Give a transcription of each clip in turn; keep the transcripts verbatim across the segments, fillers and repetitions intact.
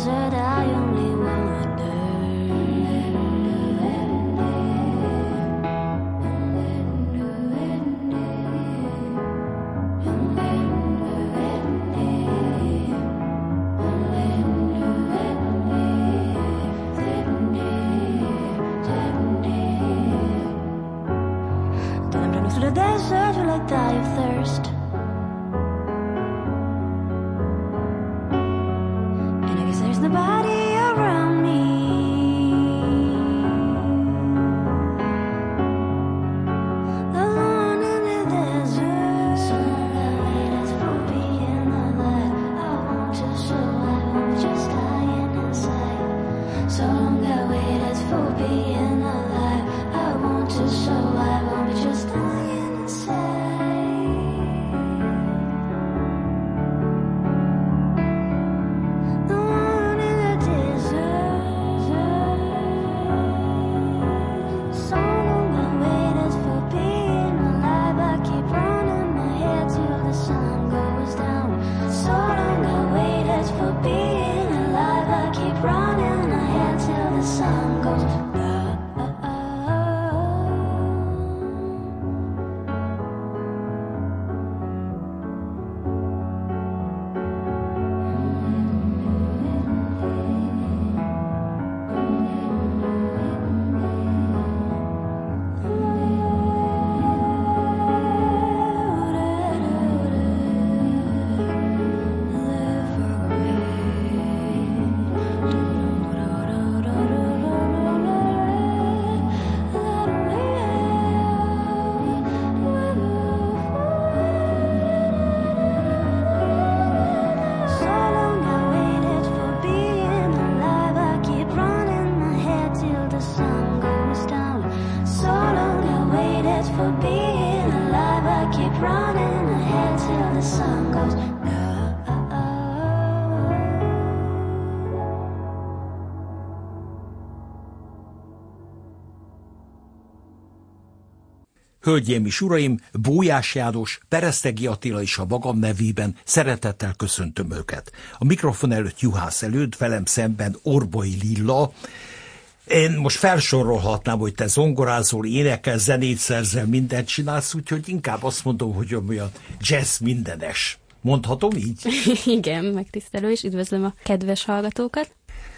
desert, I only wonder. Through the desert, will I die of thirst? And I guess there's nobody around me. Alone in the desert, so long I waited for being alive. I want to survive, I'm just dying inside. So long I waited for being alive. I want to survive, I'm just dying inside. Alone in the desert, so long I waited for being alive. I keep running my head till the sun goes down. So long I waited for being alive. I keep running my head till the sun goes down. Hölgyeim és uraim, Bójás János, Peresztegi Attila és a magam nevében szeretettel köszöntöm őket. A mikrofon előtt Juhász előtt, velem szemben Orbai Lilla. Én most felsorolhatnám, hogy te zongorázol, énekel, zenét szerzel, mindent csinálsz, úgyhogy inkább azt mondom, hogy olyan jazz mindenes. Mondhatom így? Igen, megtisztelő, és üdvözlöm a kedves hallgatókat.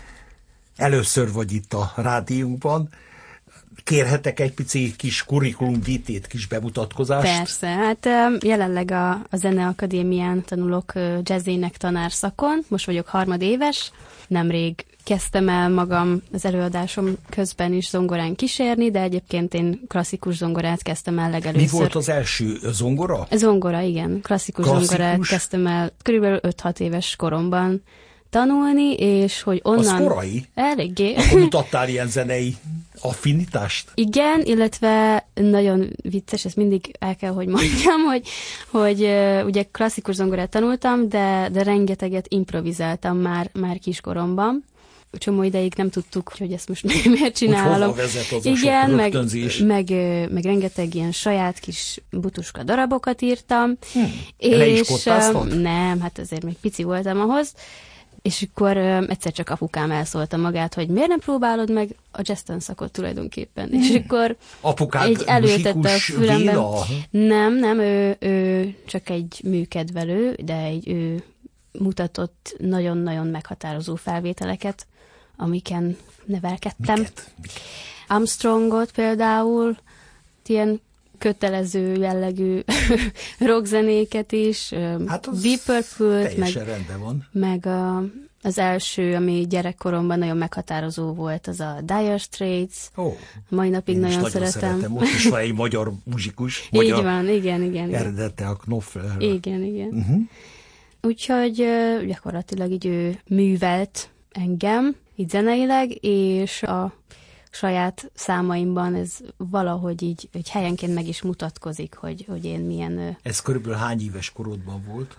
Először vagy itt a rádiónkban. Kérhetek egy pici kis curriculum vitét, kis bemutatkozást? Persze, hát jelenleg a, a Zeneakadémián tanulok jazzének tanárszakon, most vagyok harmadéves, nemrég kezdtem el magam az előadásom közben is zongorán kísérni, de egyébként én klasszikus zongorát kezdtem el legelőször. Mi volt az első zongora? Zongora, igen, klasszikus, klasszikus? zongorát kezdtem el körülbelül öt-hat éves koromban tanulni, és hogy onnan... Az korai? Eléggé. Akkor mutattál ilyen zenei affinitást? Igen, illetve nagyon vicces, ezt mindig el kell, hogy mondjam, hogy, hogy uh, ugye klasszikus zongorát tanultam, de, de rengeteget improvizáltam már, már kiskoromban. Csomó ideig nem tudtuk, hogy ezt most miért csinálom. Hogy hova vezet az igen, a meg, meg, meg rengeteg ilyen saját kis butuska darabokat írtam. Hm. És, Le is kottáztad? Nem, hát azért még pici voltam ahhoz. És akkor ö, egyszer csak apukám elszólta magát, hogy miért nem próbálod meg a jazz tanszakot tulajdonképpen. Mm. És akkor apukád így előtette a fülemben. Nem, nem, ő, ő csak egy műkedvelő, de egy, ő mutatott nagyon-nagyon meghatározó felvételeket, amiken nevelkedtem. Miket? Miket? Armstrongot például, ilyen kötelező jellegű rockzenéket is, hát Deep Purple-t, meg, rendben van. meg a, az első, ami gyerekkoromban nagyon meghatározó volt, az a Dire Straits. Oh, mai napig nagyon, nagyon szeretem. szeretem. Most is van egy magyar muzsikus. Magyar így van, igen, igen. Eredete a Knopfler. Igen, igen. Uh-huh. Úgyhogy gyakorlatilag így ő művelt engem, így zeneileg, és a saját számaimban ez valahogy így, így helyenként meg is mutatkozik, hogy, hogy én milyen... Ez körülbelül hány éves korodban volt?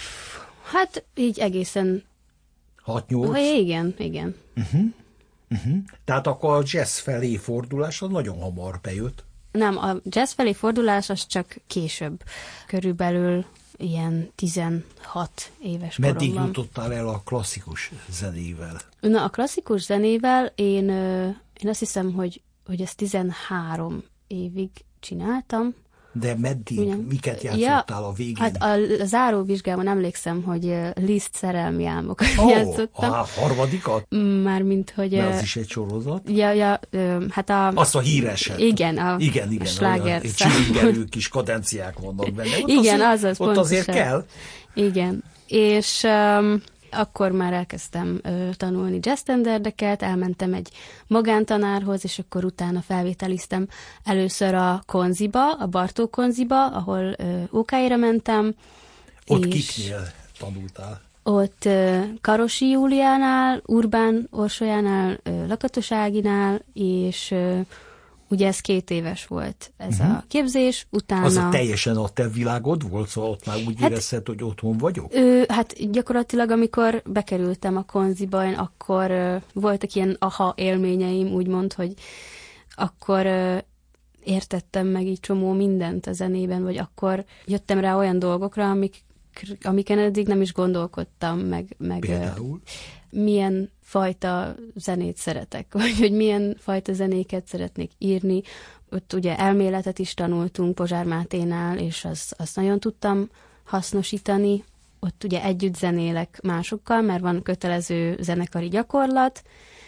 Hát így egészen... hat-nyolc? Igen, igen. Uh-huh. Uh-huh. Tehát akkor a jazz felé fordulás az nagyon hamar bejött? Nem, a jazz felé fordulás az csak később. Körülbelül ilyen tizenhat éves Meddig koromban. jutottál el a klasszikus zenével? Na, a klasszikus zenével én, én azt hiszem, hogy, hogy ezt tizenhárom évig csináltam. De meddig? Ugyan, Miket játszottál ja, a végén? Hát a, a záróvizsgában emlékszem, hogy Liszt szerelmi álmokat oh, játszottam. A harmadikat? Mármint, hogy... Mert az is egy sorozat. Ja, ja, hát a... Azt a híreset. Igen, a, igen, igen, a sláger. Csilingelő kis kadenciák vannak benne. Ott igen, azért, azaz, ott azért kell. Igen, és... Um, akkor már elkezdtem ö, tanulni jazz standardeket, elmentem egy magántanárhoz, és akkor utána felvételiztem először a konziba, a Bartók konziba, ahol ö, ókáira mentem. Ott kiknél tanultál? Ott ö, Karosi Júliánál, Urbán Orsolyánál, ö, Lakatos Áginál, és ö, ugye ez két éves volt ez uh-huh. a képzés, utána... Az a teljesen a te világod volt, szóval ott már úgy hát, érezted, hogy otthon vagyok? Ö, hát gyakorlatilag, amikor bekerültem a konziba, én akkor ö, voltak ilyen aha élményeim, úgymond, hogy akkor ö, értettem meg így csomó mindent a zenében, vagy akkor jöttem rá olyan dolgokra, amik, amiken eddig nem is gondolkodtam, meg... meg Például? Milyen fajta zenét szeretek, vagy hogy milyen fajta zenéket szeretnék írni. Ott ugye elméletet is tanultunk Pozsár Máténál, és az, azt nagyon tudtam hasznosítani. Ott ugye együtt zenélek másokkal, mert van kötelező zenekari gyakorlat,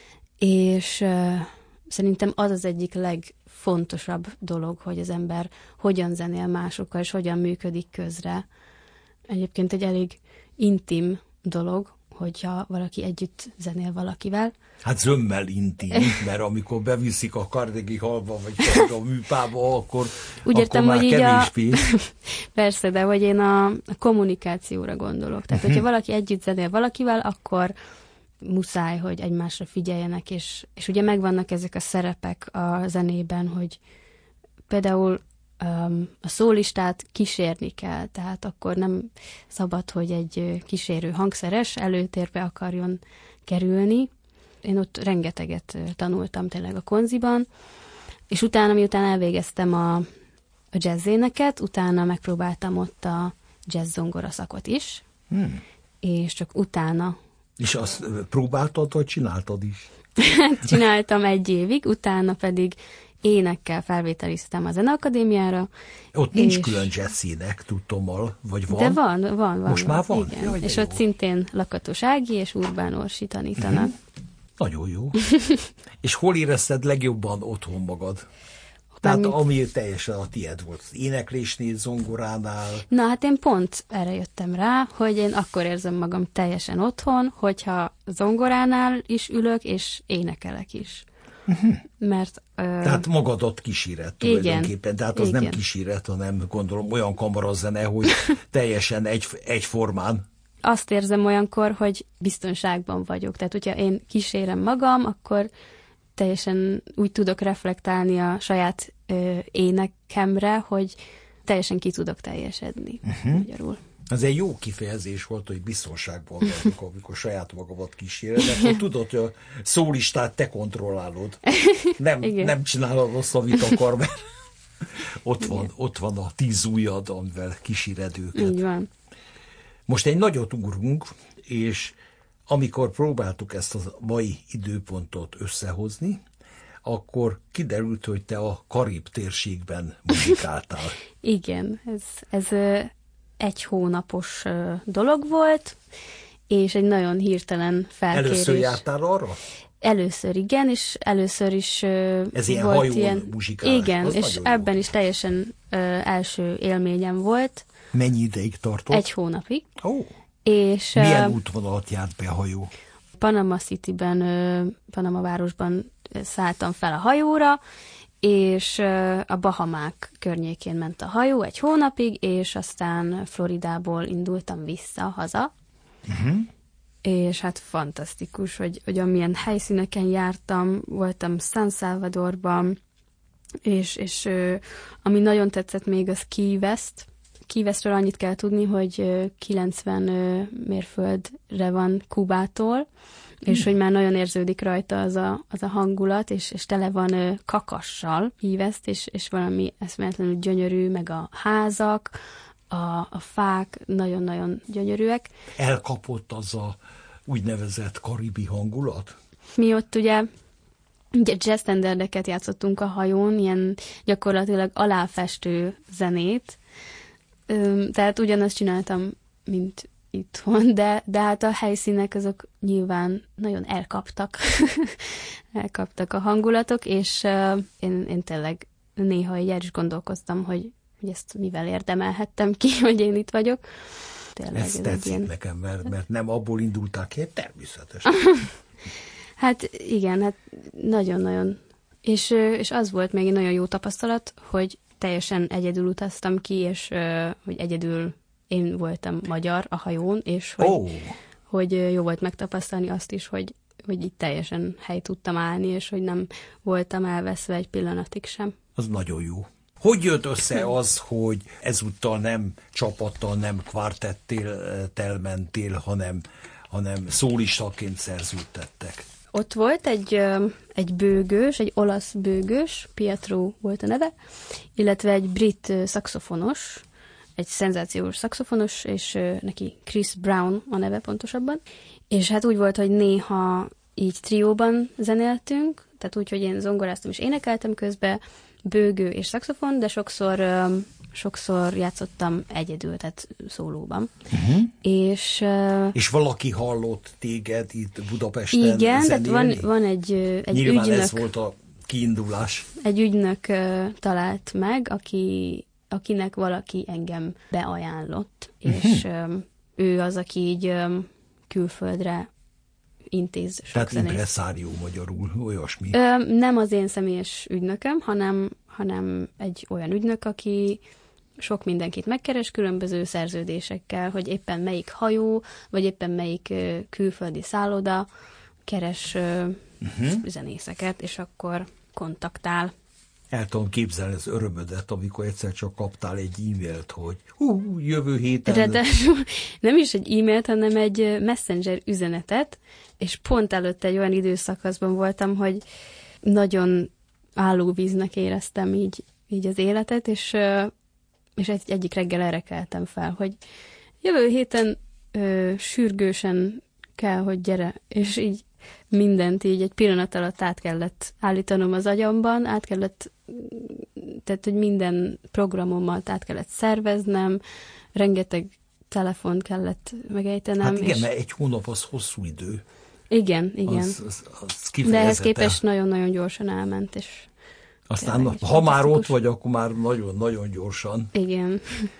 és uh, szerintem az az egyik legfontosabb dolog, hogy az ember hogyan zenél másokkal, és hogyan működik közre. Egyébként egy elég intim dolog, hogyha valaki együtt zenél valakivel. Hát zömmel intim, mert amikor beviszik a Carnegie Hallba, vagy a műpába, akkor, úgy értem, akkor már hogy kevésbé. A... Persze, de hogy én a, a kommunikációra gondolok. Tehát, hogyha valaki együtt zenél valakivel, akkor muszáj, hogy egymásra figyeljenek, és, és ugye megvannak ezek a szerepek a zenében, hogy például um, a szólistát kísérni kell, tehát akkor nem szabad, hogy egy kísérő hangszeres előtérbe akarjon kerülni. Én ott rengeteget tanultam tényleg a konziban, és utána, miután elvégeztem a, a jazz-éneket, utána megpróbáltam ott a jazz zongora szakot is, hmm. és csak utána... És azt próbáltad, vagy csináltad is? Csináltam egy évig, utána pedig énekkel felvételiztem a Zeneakadémiára. Ott nincs és... külön jazz ének, tudtommal, vagy van? De van, van, van. Most van, már van? Igen. Jaj, és jó. Ott szintén Lakatos Ági és Urbán Orsi tanítanak. Uh-huh. Nagyon jó. És hol érezted legjobban otthon magad? Tehát Mármint... ami teljesen a tied volt, az éneklésnél, zongoránál. Na hát én pont erre jöttem rá, hogy én akkor érzem magam teljesen otthon, hogyha zongoránál is ülök, és énekelek is. Uh-huh. Mert... Ö... Tehát magadat kíséret tulajdonképpen. Igen. Tehát az Igen. nem kíséret, hanem gondolom olyan kamarazene, hogy teljesen egy, egyformán. Azt érzem olyankor, hogy biztonságban vagyok. Tehát, hogyha én kísérem magam, akkor teljesen úgy tudok reflektálni a saját ö, énekemre, hogy teljesen ki tudok teljesedni. Uh-huh. Magyarul. Ez egy jó kifejezés volt, hogy biztonságban vagyok, amikor saját magamat kíséred, akkor tudod, hogy a szólistát te kontrollálod. Nem, nem csinálod azt, amit akar, mert ott van, ott van a tíz ujjad, amivel kíséred őket. Így van. Most egy nagyot ugrunk, és amikor próbáltuk ezt a mai időpontot összehozni, akkor kiderült, hogy te a Karib térségben muzsikáltál. Igen, ez, ez egy hónapos dolog volt, és egy nagyon hirtelen felkérés. Először jártál arra? Először igen, és először is ez ilyen volt hajón ilyen... muzsikálás. Igen, és ebben jó. is teljesen ö, első élményem volt. Mennyi ideig tartott? Egy hónapig. Ó. Oh. És, milyen uh, útvonalat járt be a hajó? Panama Cityben, uh, Panama városban szálltam fel a hajóra, és uh, a Bahamák környékén ment a hajó egy hónapig, és aztán Floridából indultam vissza haza. Uh-huh. És hát fantasztikus, hogy, hogy amilyen helyszíneken jártam, voltam San Salvadorban, és, és uh, ami nagyon tetszett még, az Key West. Key Westről annyit kell tudni, hogy kilencven mérföldre van Kubától, mm. és hogy már nagyon érződik rajta az a, az a hangulat, és, és tele van kakassal Key West, és, és valami eszméletlenül gyönyörű, meg a házak, a, a fák nagyon-nagyon gyönyörűek. Elkapott az a úgynevezett karibi hangulat? Mi ott ugye, ugye jazz standardeket játszottunk a hajón, ilyen gyakorlatilag aláfestő zenét, Üm, tehát ugyanazt csináltam, mint itthon, de, de hát a helyszínek azok nyilván nagyon elkaptak. elkaptak a hangulatok, és uh, én, én tényleg néha így el is gondolkoztam, hogy, hogy ezt mivel érdemelhettem ki, hogy én itt vagyok. Tényleg, ez, ez tetszik ilyen... nekem, mert, mert nem abból indultál ki, természetesen. Hát igen, hát nagyon-nagyon. És, és az volt még egy nagyon jó tapasztalat, hogy teljesen egyedül utaztam ki, és hogy egyedül én voltam magyar a hajón, és hogy, oh. hogy jó volt megtapasztalni azt is, hogy, hogy itt teljesen hely tudtam állni, és hogy nem voltam elveszve egy pillanatig sem. Az nagyon jó. Hogy jött össze az, hogy ezúttal nem csapattal, nem kvártettel mentél, hanem, hanem szólistaként szerződtettek? Ott volt egy, egy bőgős, egy olasz bőgős, Pietro volt a neve, illetve egy brit szaxofonos, egy szenzációs szaxofonos, és neki Chris Brown a neve pontosabban. És hát úgy volt, hogy néha így trióban zenéltünk, tehát úgy, hogy én zongoráztam és énekeltem közben, bőgő és szaxofon, de sokszor, sokszor játszottam egyedül, tehát szólóban. Uh-huh. És, uh, és valaki hallott téged itt Budapesten igen, zenélni? tehát van, van egy, egy Nyilván ügynök. ez volt a kiindulás. Egy ügynök uh, talált meg, aki, akinek valaki engem beajánlott, uh-huh. és um, ő az, aki így um, külföldre intéz sok Tehát zenét. impresszárió magyarul, olyasmi. Ö, nem az én személyes ügynököm, hanem, hanem egy olyan ügynök, aki sok mindenkit megkeres különböző szerződésekkel, hogy éppen melyik hajó, vagy éppen melyik ö, külföldi szálloda keres ö, uh-huh. zenészeket, és akkor kontaktál. El tudom képzelni az örömödet, amikor egyszer csak kaptál egy e-mailt, hogy hú, jövő héten... Ráadásul nem is egy e-mailt, hanem egy messenger üzenetet, és pont előtte egy olyan időszakaszban voltam, hogy nagyon állóvíznek éreztem így, így az életet, és, és egy, egyik reggel erre keltem fel, hogy jövő héten ö, sürgősen kell, hogy gyere, és így mindent így egy pillanat alatt át kellett állítanom az agyamban, át kellett, tehát hogy minden programomat át kellett szerveznem, rengeteg telefont kellett megejtenem. Hát igen, és... mert egy hónap az hosszú idő. Igen, igen. Az, az, az de ehhez képest nagyon-nagyon gyorsan elment, és aztán ha már ott vagy, akkor már nagyon-nagyon gyorsan. Igen.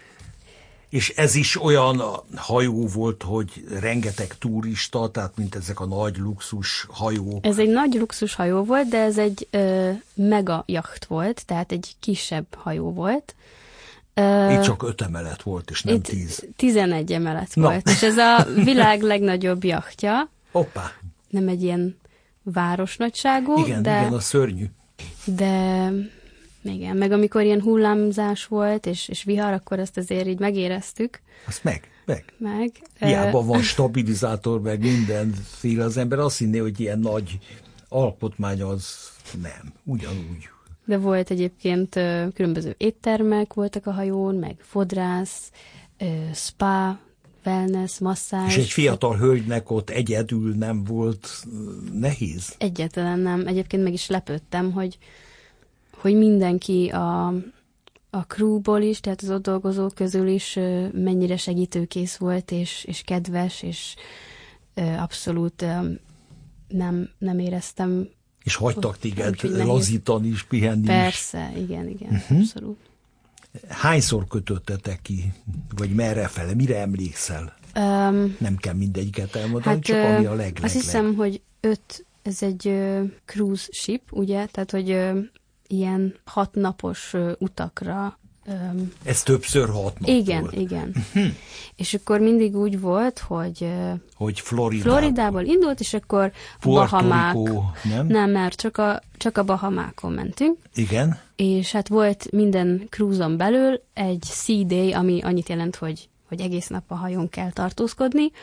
És ez is olyan hajó volt, hogy rengeteg turista, tehát mint ezek a nagy luxus hajók. Ez egy nagy luxus hajó volt, de ez egy ö, mega jacht volt, tehát egy kisebb hajó volt. Ö, Itt csak öt emelet volt, és nem tíz. tizenegy emelet Na. volt, és ez a világ legnagyobb jachtja. Hoppá. Nem egy ilyen városnagyságú. Igen, de, igen, a szörnyű. De... Igen, meg amikor ilyen hullámzás volt, és, és vihar, akkor azt azért így megéreztük. Azt meg, meg. Meg. Hiába van stabilizátor, meg mindenféle, az ember azt hinné, hogy ilyen nagy alkotmány az nem, ugyanúgy. De volt egyébként különböző éttermek voltak a hajón, meg fodrász, spa, wellness, masszázs. És egy fiatal hölgynek ott egyedül nem volt nehéz? Egyáltalán nem. Egyébként meg is lepődtem, hogy hogy mindenki a, a crewból is, tehát az ott dolgozók közül is mennyire segítőkész volt, és, és kedves, és abszolút nem, nem éreztem. És hagytak téged lazítani is, pihenni Persze, is. igen, igen, uh-huh. abszolút. Hányszor kötöttetek ki, vagy merre fele, mire emlékszel? Um, nem kell mindegyiket elmondani, hát, csak ami a legleg. Azt hiszem, hogy öt, ez egy uh, cruise ship, ugye, tehát, hogy uh, ilyen hatnapos uh, utakra. Um, Ez többször hat nap igen, volt. Igen, igen. És akkor mindig úgy volt, hogy, uh, hogy Floridából. Floridából indult, és akkor Puerto Bahamák. Rico, nem? Nem, mert csak a, csak a Bahamákon mentünk. Igen. És hát volt minden cruise-on belül egy sea day, ami annyit jelent, hogy, hogy egész nap a hajón kell tartózkodni,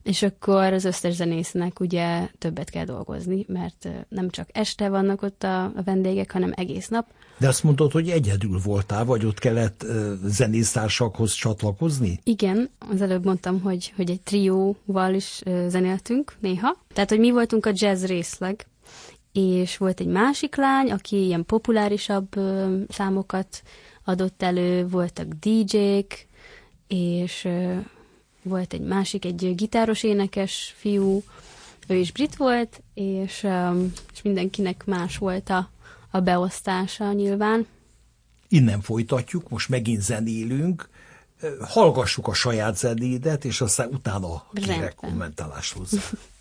és akkor az összes zenésznek ugye többet kell dolgozni, mert nem csak este vannak ott a, a vendégek, hanem egész nap. De azt mondod, hogy egyedül voltál, vagy ott kellett uh, zenésztársakhoz csatlakozni? Igen, az előbb mondtam, hogy, hogy egy trióval is uh, zenéltünk néha. Tehát, hogy mi voltunk a jazz részleg, és volt egy másik lány, aki ilyen populárisabb uh, számokat adott elő, voltak dé jék, és uh, volt egy másik, egy gitáros énekes fiú, ő is brit volt, és, um, és mindenkinek más volt a, a beosztása nyilván. Innen folytatjuk, most megint zenélünk, hallgassuk a saját zenédet, és aztán utána kérek kommentáláshoz.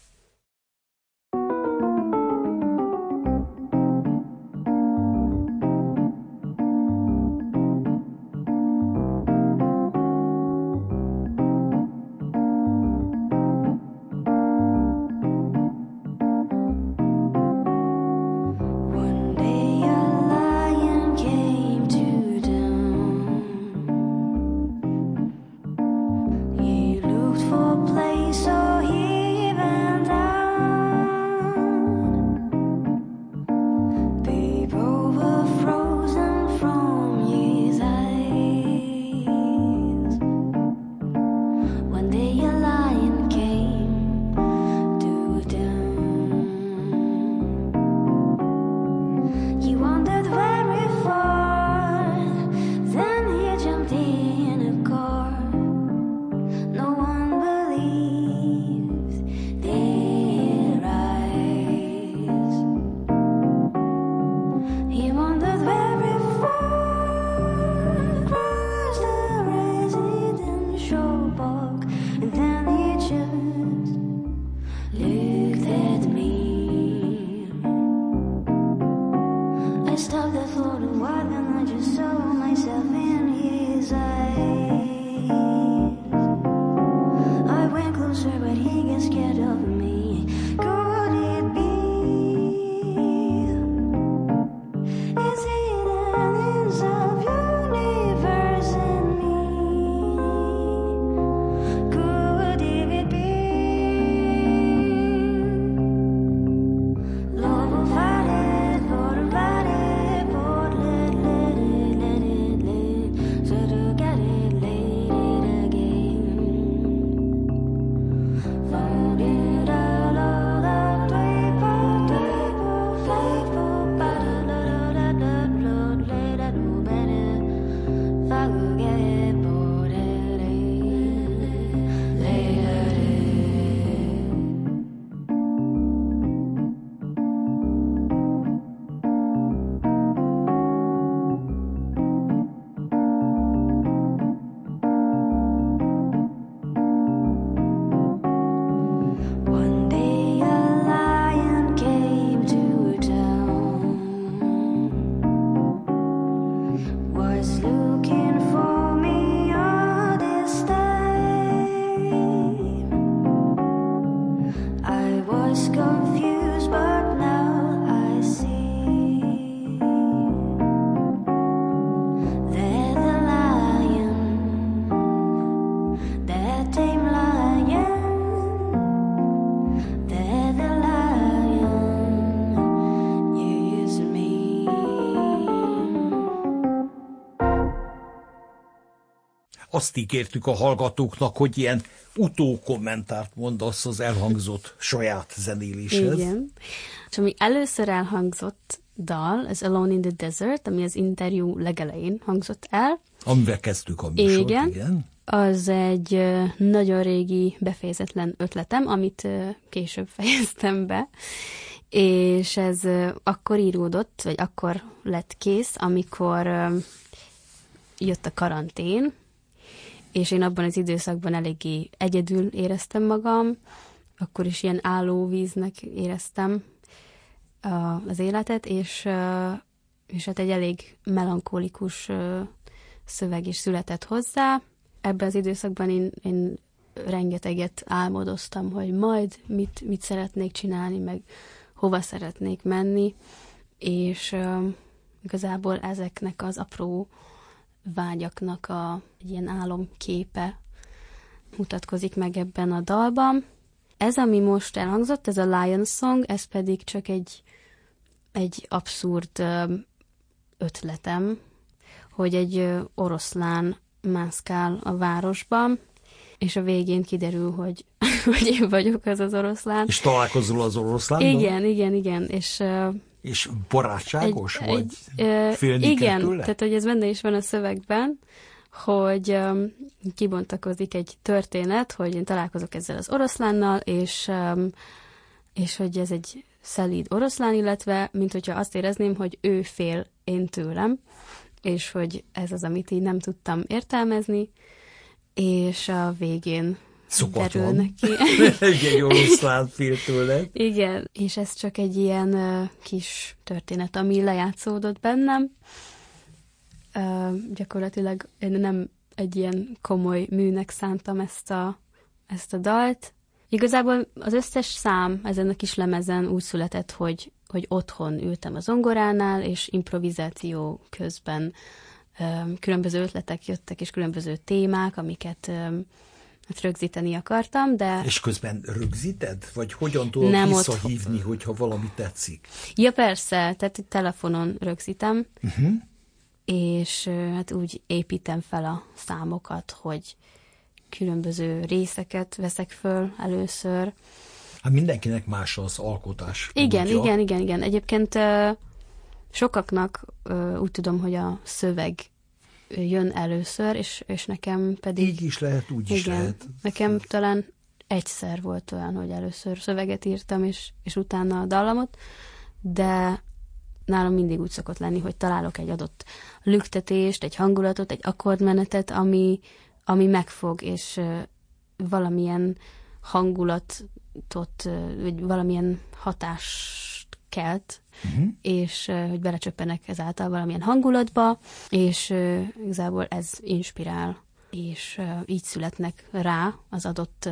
Azt ígértük a hallgatóknak, hogy ilyen utókommentárt mondasz az elhangzott saját zenéléshez. Igen. És ami először elhangzott dal, az Alone in the Desert, ami az interjú legelején hangzott el. Amivel kezdtük a műsort, igen. igen. Az egy nagyon régi, befejezetlen ötletem, amit később fejeztem be, és ez akkor íródott, vagy akkor lett kész, amikor jött a karantén, és én abban az időszakban eléggé egyedül éreztem magam, akkor is ilyen állóvíznek éreztem az életet, és, és hát egy elég melankolikus szöveg is született hozzá. Ebben az időszakban én, én rengeteget álmodoztam, hogy majd mit, mit szeretnék csinálni, meg hova szeretnék menni, és uh, igazából ezeknek az apró vágyaknak a, egy ilyen álomképe mutatkozik meg ebben a dalban. Ez, ami most elhangzott, ez a Lion Song, ez pedig csak egy, egy abszurd ötletem, hogy egy oroszlán mászkál a városban, és a végén kiderül, hogy, hogy én vagyok az az oroszlán. És találkozol az oroszlánnal? Igen, igen, igen. És, és barátságos egy, vagy? Egy, félni igen, tőle? tehát hogy ez benne is van a szövegben, hogy um, kibontakozik egy történet, hogy én találkozok ezzel az oroszlánnal, és, um, és hogy ez egy szelíd oroszlán, illetve mint hogyha azt érezném, hogy ő fél én tőlem, és hogy ez az, amit így nem tudtam értelmezni, és a végén derül neki. Egy oroszlán fél tőle. Igen, és ez csak egy ilyen uh, kis történet, ami lejátszódott bennem. Uh, gyakorlatilag én nem egy ilyen komoly műnek szántam ezt a, ezt a dalt. Igazából az összes szám ezen a kis lemezen úgy született, hogy, hogy otthon ültem a zongoránál, és improvizáció közben um, különböző ötletek jöttek, és különböző témák, amiket um, hát rögzíteni akartam, de... És közben rögzíted? Vagy hogyan tudod nem visszahívni, ott... hogyha valami tetszik? Ja, persze, tehát egy telefonon rögzítem, uh-huh. és hát úgy építem fel a számokat, hogy különböző részeket veszek föl először. Hát mindenkinek más az alkotás. Igen, módja. igen, igen, igen. Egyébként sokaknak úgy tudom, hogy a szöveg jön először, és, és nekem pedig... Így is lehet, úgy is igen, lehet. Nekem talán egyszer volt olyan, hogy először szöveget írtam, és, és utána a dallamot, de nálam mindig úgy szokott lenni, hogy találok egy adott lüktetést, egy hangulatot, egy akkordmenetet, ami, ami megfog, és valamilyen hangulatot, vagy valamilyen hatást kelt, uh-huh. és hogy belecsöppenek ezáltal valamilyen hangulatba, és igazából ez inspirál, és így születnek rá az adott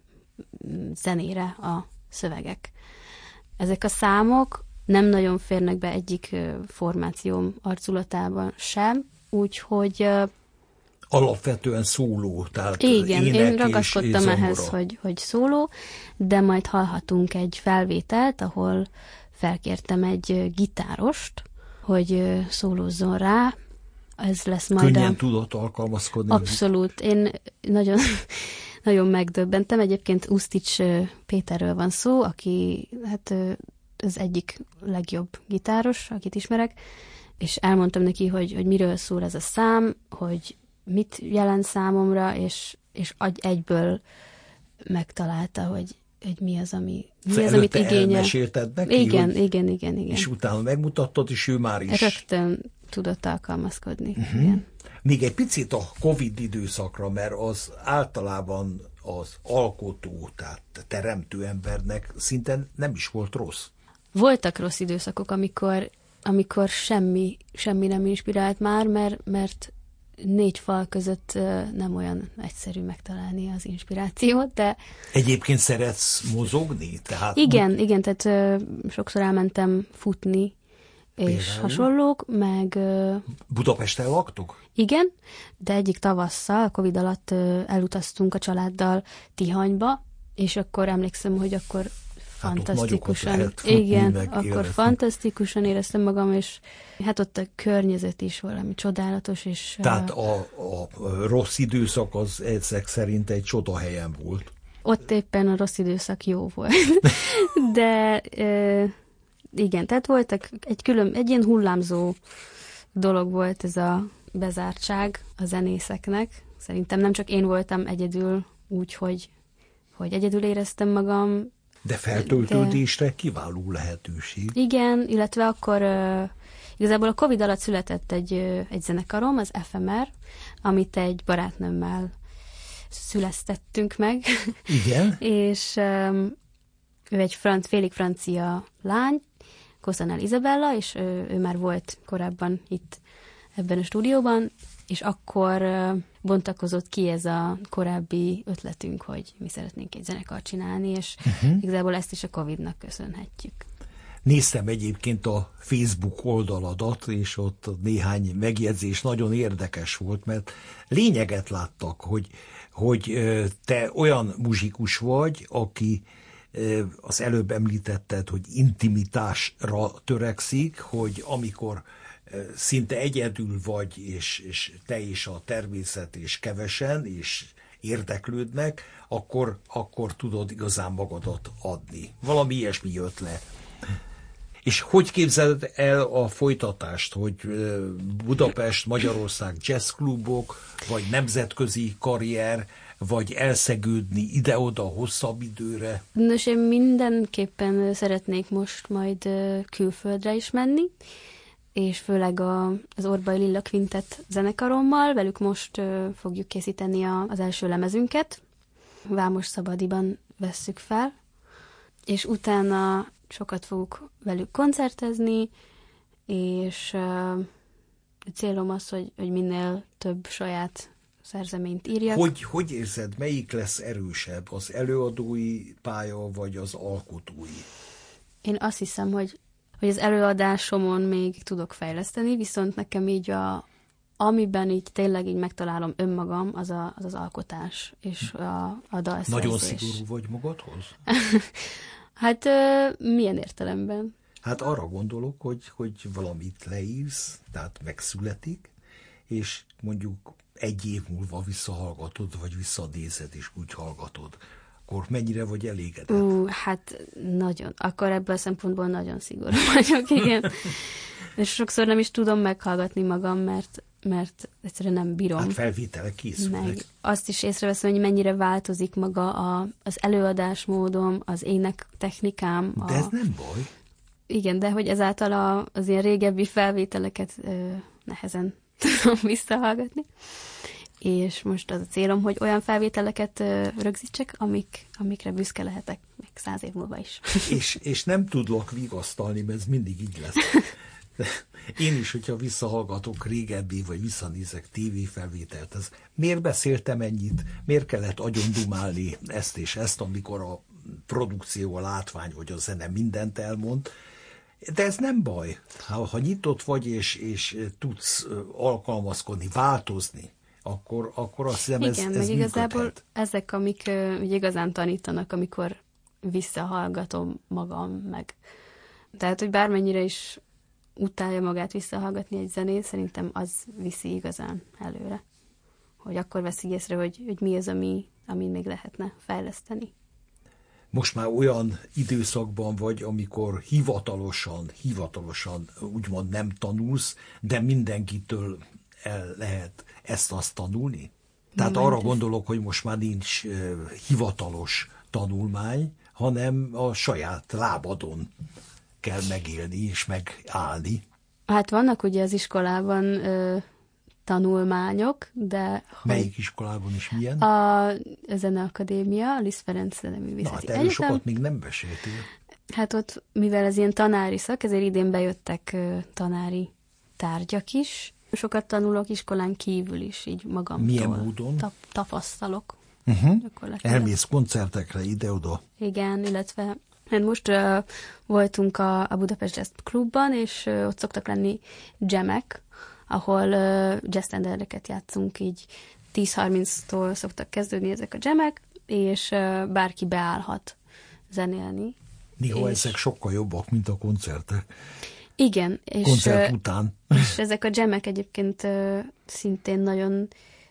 zenére a szövegek. Ezek a számok nem nagyon férnek be egyik formációm arculatában sem, úgyhogy... Alapvetően szóló, tehát igen, ének én ragaszkodtam és, és ehhez, hogy, hogy szóló, de majd hallhatunk egy felvételt, ahol felkértem egy gitárost, hogy szólózzon rá. Ez lesz majd Könnyen a... tudott alkalmazkodni. Abszolút. Én nagyon, nagyon megdöbbentem. Egyébként Usztics Péterről van szó, aki hát az egyik legjobb gitáros, akit ismerek, és elmondtam neki, hogy, hogy miről szól ez a szám, hogy mit jelent számomra, és, és egyből megtalálta, hogy, hogy mi az, ami, mi az, amit igényel. Elmesélted neki? Igen, hogy... igen, igen, igen. És utána megmutattad, és ő már is... Rögtön tudott alkalmazkodni. Uh-huh. Igen. Még egy picit a Covid időszakra, mert az általában az alkotó, tehát teremtő embernek szinte nem is volt rossz. Voltak rossz időszakok, amikor, amikor semmi, semmi nem inspirált már, mert, mert négy fal között nem olyan egyszerű megtalálni az inspirációt, de... Egyébként szeretsz mozogni? Tehát... Igen, igen, tehát ö, sokszor elmentem futni, és Például? hasonlók, meg... Ö, Budapesten laktok? Igen, de egyik tavasszal, a Covid alatt ö, elutaztunk a családdal Tihanyba, és akkor emlékszem, hogy akkor fantasztikusan, hát igen, akkor érezni. fantasztikusan éreztem magam, és hát ott a környezet is valami csodálatos, és... Tehát a, a rossz időszak az ezek szerint egy csodahelyen volt. Ott éppen a rossz időszak jó volt. De e, igen, tehát voltak egy külön, egy ilyen hullámzó dolog volt ez a bezártság a zenészeknek. Szerintem nem csak én voltam egyedül úgy, hogy, hogy egyedül éreztem magam, de feltöltődésre de... kiváló lehetőség. Igen, illetve akkor uh, igazából a Covid alatt született egy, uh, egy zenekarom, az ef em er, amit egy barátnőmmel szülesztettünk meg. Igen. És um, ő egy franc, félig francia lány, Koszanel Izabella, és ő, ő már volt korábban itt ebben a stúdióban, és akkor uh, bontakozott ki ez a korábbi ötletünk, hogy mi szeretnénk egy zenekart csinálni, és uh-huh. igazából ezt is a Covidnak köszönhetjük. Néztem egyébként a Facebook oldaladat, és ott néhány megjegyzés nagyon érdekes volt, mert lényeget láttak, hogy, hogy te olyan muzsikus vagy, aki az előbb említetted, hogy intimitásra törekszik, hogy amikor szinte egyedül vagy, és, és te és a természet, és kevesen, és érdeklődnek, akkor, akkor tudod igazán magadat adni. Valami ilyesmi jött le. És hogy képzeled el a folytatást, hogy Budapest, Magyarország jazzklubok, vagy nemzetközi karrier, vagy elszegődni ide-oda hosszabb időre? Nos, én mindenképpen szeretnék most majd külföldre is menni, és főleg a, az Orbai Lilla Quintet zenekarommal, velük most fogjuk készíteni a, az első lemezünket. Vámos Szabadiban vesszük fel, és utána sokat fogok velük koncertezni, és uh, a célom az, hogy, hogy minél több saját szerzeményt írjak. Hogy, hogy érzed, melyik lesz erősebb, az előadói pálya, vagy az alkotói? Én azt hiszem, hogy, hogy az előadásomon még tudok fejleszteni, viszont nekem így a, amiben így tényleg így megtalálom önmagam, az a, az, az alkotás és a, a dalszerzés. Nagyon szigorú vagy magadhoz? Hát uh, milyen értelemben? Hát arra gondolok, hogy, hogy valamit leírsz, tehát megszületik, és mondjuk egy év múlva visszahallgatod, vagy visszanézed, és úgy hallgatod. Akkor mennyire vagy elégedett? Uh, hát nagyon. Akkor ebből a szempontból nagyon szigorú vagyok, igen. És sokszor nem is tudom meghallgatni magam, mert, mert egyszerűen nem bírom. Hát felvételek készülnek. Meg azt is észreveszem, hogy mennyire változik maga a, az előadásmódom, az ének technikám. De a... ez nem baj. Igen, de hogy ezáltal a, az ilyen régebbi felvételeket ö, nehezen tudom visszahallgatni. És most az a célom, hogy olyan felvételeket ö, rögzítsek, amik, amikre büszke lehetek még száz év múlva is. És, és nem tudlak vigasztalni, mert ez mindig így lesz. Én is, hogyha visszahallgatok régebbi, vagy visszanézek tévéfelvételt, ez miért beszéltem ennyit? Miért kellett agyon dumálni ezt és ezt, amikor a produkció, a látvány, vagy a zene mindent elmond? De ez nem baj. Ha, ha nyitott vagy, és, és tudsz alkalmazkodni, változni, akkor, akkor azt hiszem, ez, igen, ez meg igazából működhet. ezek, amik uh, ugye igazán tanítanak, amikor visszahallgatom magam meg. Tehát, hogy bármennyire is utálja magát visszahallgatni egy zenét, szerintem az viszi igazán előre. Hogy akkor veszi észre, hogy, hogy mi az, ami, ami még lehetne fejleszteni. Most már olyan időszakban vagy, amikor hivatalosan, hivatalosan úgymond nem tanulsz, de mindenkitől el lehet ezt-azt tanulni? Tehát arra gondolok, hogy most már nincs uh, hivatalos tanulmány, hanem a saját lábadon kell megélni és megállni. Hát vannak ugye az iskolában ö, tanulmányok, de... Melyik iskolában is milyen? A, a Zeneakadémia, a Liszt Ferenc Zeneművészeti Na, hát Egyetem. erről sokat még nem beszéltél. Hát ott, mivel ez ilyen tanári szak, ezért idén bejöttek ö, tanári tárgyak is. Sokat tanulok iskolán kívül is, így magamtól. Milyen módon? Tap, tapasztalok. Uh-huh. Elmész koncertekre ide-oda. Igen, illetve hát most uh, voltunk a, a Budapest Jazz Klubban, és uh, ott szoktak lenni jamek, ahol uh, jazz standardeket játszunk, így tíz-harminctól szoktak kezdődni ezek a jamek, és uh, bárki beállhat zenélni. Néha és... ezek sokkal jobbak, mint a koncertek. Igen. És, koncert uh, után. És ezek a jamek egyébként uh, szintén nagyon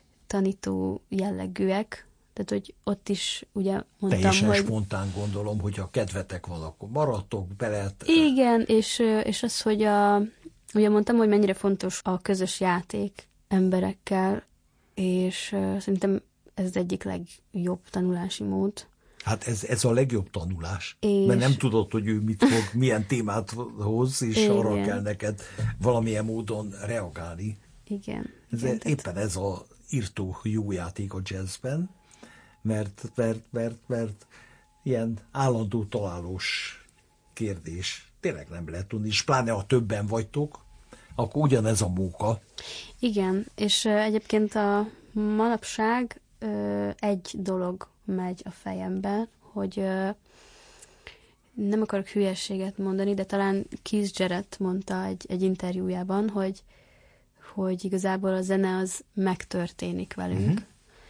tanító jellegűek, tehát, hogy ott is ugye mondtam, Teljesen hogy... spontán gondolom, hogy ha kedvetek van, akkor maradtok, be lehet... Igen, és, és az, hogy a, ugye mondtam, hogy mennyire fontos a közös játék emberekkel, és uh, szerintem ez az egyik legjobb tanulási mód. Hát ez, ez a legjobb tanulás, és... mert nem tudod, hogy ő mit fog, milyen témát hoz, és igen. arra kell neked valamilyen módon reagálni. Igen. Ez igen éppen tehát... ez a írtó jó játék a jazzben, mert, mert, mert, mert ilyen állandó találós kérdés tényleg nem lehet tudni, és pláne ha többen vagytok, akkor ugyanez a móka. Igen, és uh, egyébként a manapság uh, egy dolog megy a fejemben, hogy uh, nem akarok hülyességet mondani, de talán Keith Jarrett mondta egy, egy interjújában, hogy, hogy igazából a zene az megtörténik velünk, uh-huh.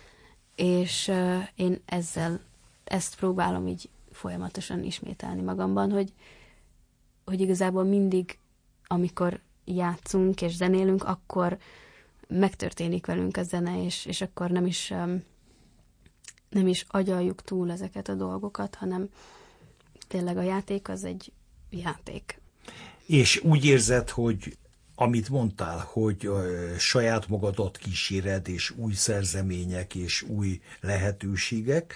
és uh, én ezzel, ezt próbálom így folyamatosan ismételni magamban, hogy, hogy igazából mindig, amikor játszunk és zenélünk, akkor megtörténik velünk a zene, és, és akkor nem is, um, nem is agyaljuk túl ezeket a dolgokat, hanem tényleg a játék az egy játék. És úgy érzed, hogy amit mondtál, hogy uh, saját magadat kíséred, és új szerzemények, és új lehetőségek,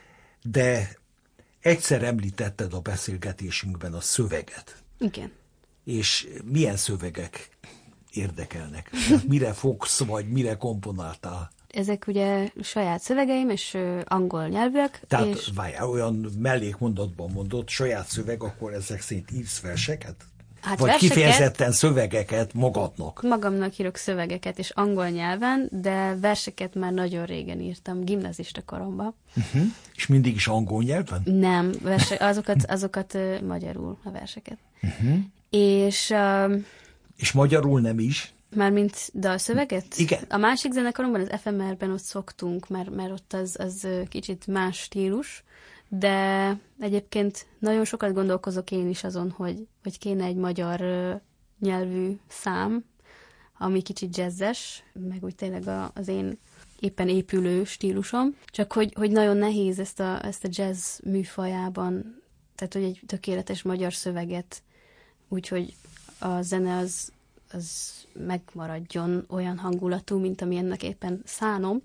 de egyszer említetted a beszélgetésünkben a szöveget. Igen. És milyen szövegek érdekelnek? Tehát mire fogsz, vagy mire komponáltál? Ezek ugye saját szövegeim, és ö, angol nyelvűek. Tehát és... várjál, olyan mellékmondatban mondott, saját szöveg, akkor ezek szerint írsz verseket? Hát vagy verseket, kifejezetten szövegeket magadnak? Magamnak írok szövegeket, és angol nyelven, de verseket már nagyon régen írtam, gimnazista koromban. Uh-huh. És mindig is angol nyelven? Nem, verse, azokat, azokat uh, magyarul, a verseket. Uh-huh. És... Uh, és magyarul nem is? Mármint dalszöveget? Igen. A másik zenekaromban, az ef em er-ben ott szoktunk, mert, mert ott az, az kicsit más stílus, de egyébként nagyon sokat gondolkozok én is azon, hogy, hogy kéne egy magyar nyelvű szám, ami kicsit jazzes, meg úgy tényleg a, az én éppen épülő stílusom, csak hogy, hogy nagyon nehéz ezt a, ezt a jazz műfajában, tehát hogy egy tökéletes magyar szöveget, úgyhogy a zene az, az megmaradjon olyan hangulatú, mint amilyennek éppen szánom.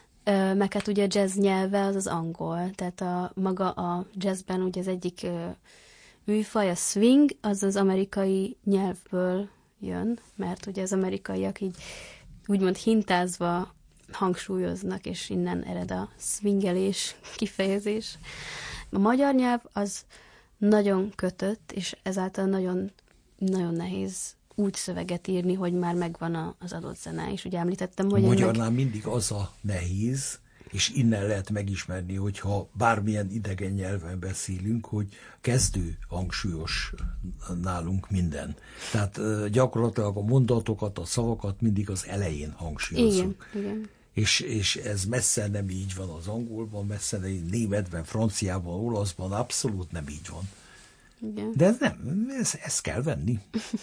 Meg hát ugye a jazz nyelve az az angol, tehát a, maga a jazzben ugye az egyik műfaj, a swing, az az amerikai nyelvből jön, mert ugye az amerikaiak így úgymond hintázva hangsúlyoznak, és innen ered a swingelés kifejezés. A magyar nyelv az nagyon kötött, és ezáltal nagyon, nagyon nehéz úgy szöveget írni, hogy már megvan a, az adott zene. És ugye említettem, hogy... A magyarnál meg... mindig az a nehéz, és innen lehet megismerni, hogyha bármilyen idegen nyelven beszélünk, hogy kezdő hangsúlyos nálunk minden. Tehát gyakorlatilag a mondatokat, a szavakat mindig az elején hangsúlyozzuk. Igen, igen. És, és ez messze nem így van az angolban, messze nem németben, franciában, olaszban, abszolút nem így van. Igen. De ez nem, ez, ezt kell venni.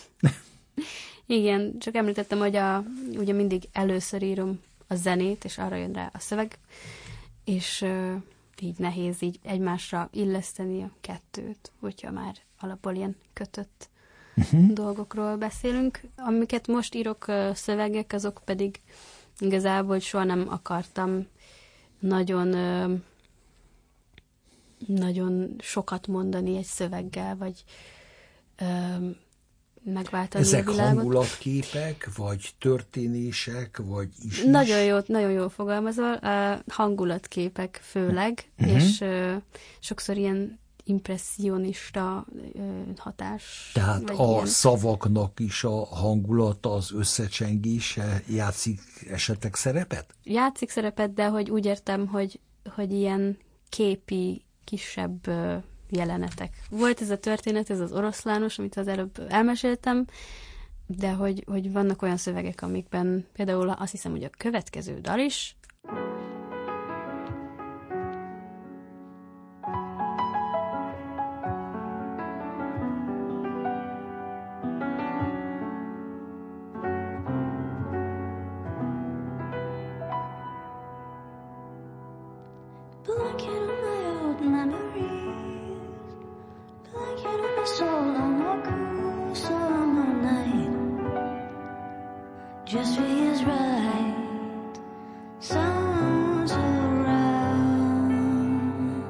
Igen, csak említettem, hogy a, ugye mindig először írom a zenét, és arra jön rá a szöveg, és uh, így nehéz így egymásra illeszteni a kettőt, hogyha már alapból ilyen kötött uh-huh. dolgokról beszélünk. Amiket most írok uh, szövegek, azok pedig igazából soha nem akartam nagyon, uh, nagyon sokat mondani egy szöveggel, vagy uh, megváltani ezek a világot. hangulatképek, vagy történések, vagy is? Nagyon jó, nagyon jól fogalmazol. Uh, hangulatképek főleg, uh-huh. és uh, sokszor ilyen impresszionista uh, hatás. Tehát a ilyen... szavaknak is a hangulata, az összecsengése játszik esetleg szerepet? Játszik szerepet, de hogy úgy értem, hogy, hogy ilyen képi, kisebb uh, jelenetek. Volt ez a történet, ez az oroszlános, amit az előbb elmeséltem, de hogy, hogy vannak olyan szövegek, amikben például azt hiszem, hogy a következő dal is, just feels right. Sounds around,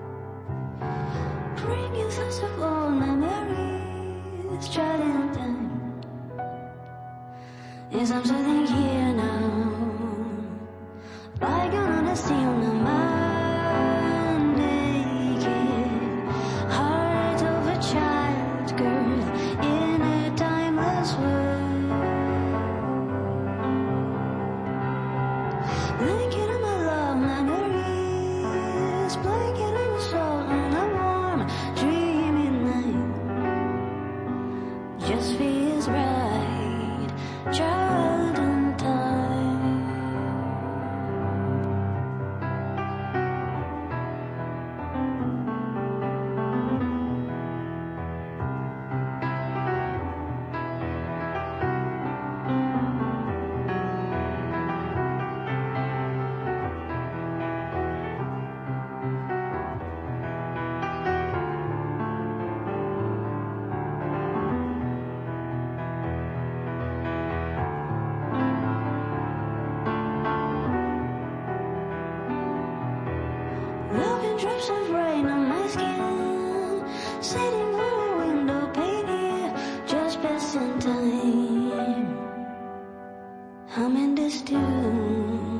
bringing thoughts of old memories, trying them. Yes, I'm sitting here now, bygone honesty on my mind, naked heart of a child girl in a timeless world. Blanket on my love memories, blanket on the soul and a warm dream just feels right, child in time. Loving drips of rain on my skin, sitting on a window pane here, just passing time. Humming this tune.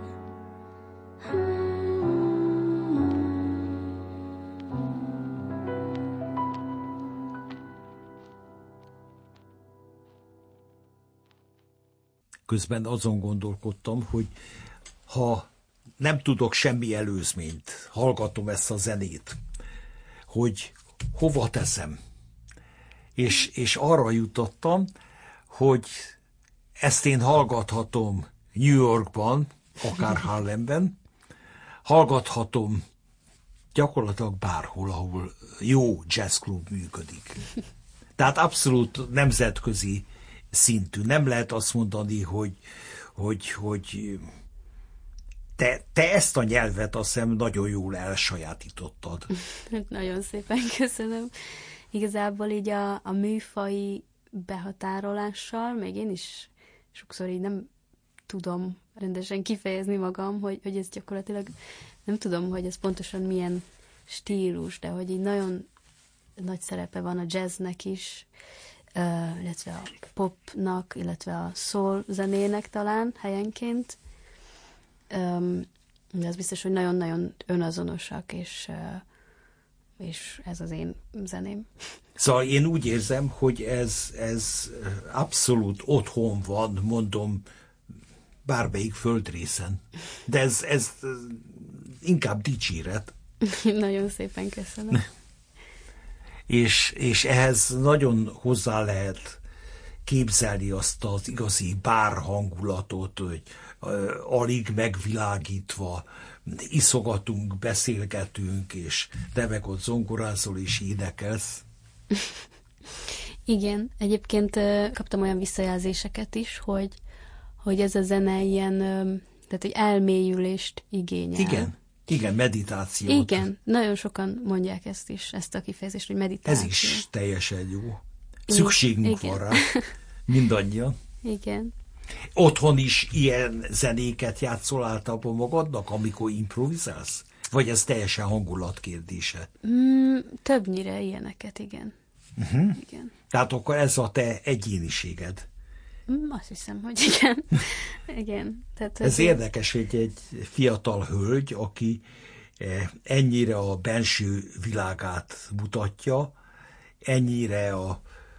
Közben azon gondolkodtam, hogy ha nem tudok semmi előzményt, hallgatom ezt a zenét, hogy hova teszem. És, és arra jutottam, hogy ezt én hallgathatom New Yorkban, akár Harlemben, hallgathatom gyakorlatilag bárhol, ahol jó jazzklub működik. Tehát abszolút nemzetközi szintű. Nem lehet azt mondani, hogy, hogy, hogy te, te ezt a nyelvet azt hiszem nagyon jól elsajátítottad. Nagyon szépen köszönöm. Igazából így a, a műfai behatárolással még én is sokszor így nem tudom rendesen kifejezni magam, hogy, hogy ez gyakorlatilag nem tudom, hogy ez pontosan milyen stílus, de hogy így nagyon nagy szerepe van a jazznek is, uh, illetve a popnak, illetve a soul zenének talán helyenként. Um, de az biztos, hogy nagyon-nagyon önazonosak, és, uh, és ez az én zeném. Szóval én úgy érzem, hogy ez, ez abszolút otthon van, mondom, bármelyik földrészen. De ez, ez inkább dicséret. Nagyon szépen köszönöm. és, és ehhez nagyon hozzá lehet képzelni azt az igazi bár hangulatot, hogy uh, alig megvilágítva iszogatunk, beszélgetünk, és te meg ott zongorázol és énekelsz. Igen, egyébként uh, kaptam olyan visszajelzéseket is, hogy, hogy ez a zene ilyen, uh, tehát egy elmélyülést igényel. Igen, igen, meditációt. Igen, nagyon sokan mondják ezt is, ezt a kifejezést, hogy meditáció. Ez is teljesen jó. Szükségünk igen. van rá, mindannyian. Igen. Otthon is ilyen zenéket játszol általában magadnak, amikor improvizálsz? Vagy ez teljesen hangulat kérdése? Mm, többnyire ilyeneket, igen. Uh-huh. Igen. Tehát akkor ez a te egyéniséged. Mm, azt hiszem, hogy igen. igen. Tehát, ez hogy érdekes, hogy egy fiatal hölgy, aki ennyire a benső világát mutatja, ennyire a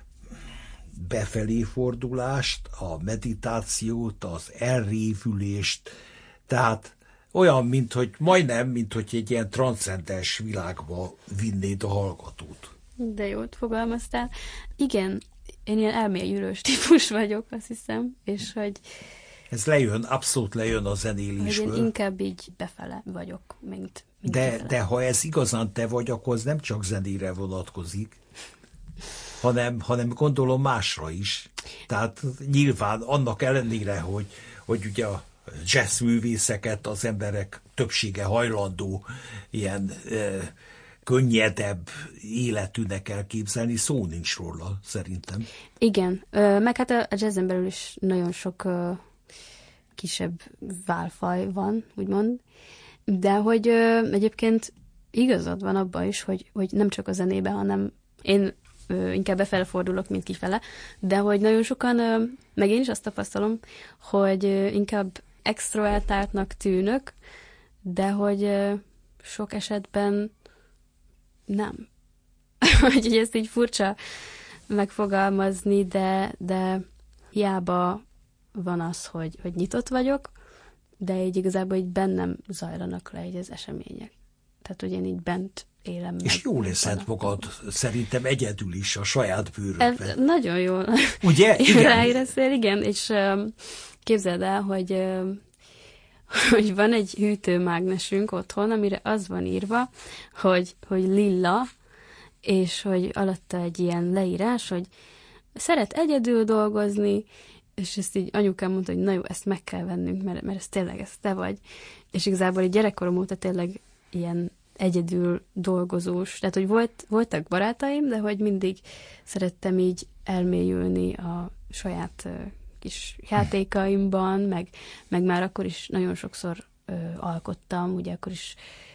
befelé fordulást, a meditációt, az elrévülést, tehát olyan, mint hogy majdnem, mint hogy egy ilyen transzcendens világba vinnéd a hallgatót. De jót fogalmaztál. Igen, én ilyen elmélyülős típus vagyok, azt hiszem, és hogy ez lejön, abszolút lejön a zenélésből. Hogy én inkább így befele vagyok, mint, mint de, de ha ez igazán te vagy, akkor az nem csak zenére vonatkozik, hanem, hanem gondolom másra is. Tehát nyilván annak ellenére, hogy, hogy ugye a jazzművészeket az emberek többsége hajlandó ilyen e, könnyedebb életűnek elképzelni, szó nincs róla, szerintem. Igen, meg hát a jazzen belül is nagyon sok kisebb válfaj van, úgymond, de hogy egyébként igazad van abban is, hogy, hogy nem csak a zenébe, hanem én inkább befele fordulok, mint kifele, de hogy nagyon sokan, meg én is azt tapasztalom, hogy inkább extrovertáltnak tűnök, de hogy sok esetben nem. Hogy ezt így furcsa megfogalmazni, de, de hiába van az, hogy, hogy nyitott vagyok, de így igazából így bennem zajlanak le így az események. Tehát, hogy én így bent élem. És meg, jól érzed magad, szerintem egyedül is a saját bőrödben. Ez nagyon jól. Ugye? Igen. Ráéreztél, igen, és um, képzeld el, hogy, um, hogy van egy hűtőmágnesünk otthon, amire az van írva, hogy, hogy lilla, és hogy alatta egy ilyen leírás, hogy szeret egyedül dolgozni, és ezt így anyukám mondta, hogy na jó, ezt meg kell vennünk, mert, mert ez tényleg, ez te vagy. És igazából egy gyerekkorom óta tényleg ilyen egyedül dolgozós. Tehát, hogy volt, voltak barátaim, de hogy mindig szerettem így elmélyülni a saját uh, kis játékaimban, meg, meg már akkor is nagyon sokszor uh, alkottam, ugye akkor is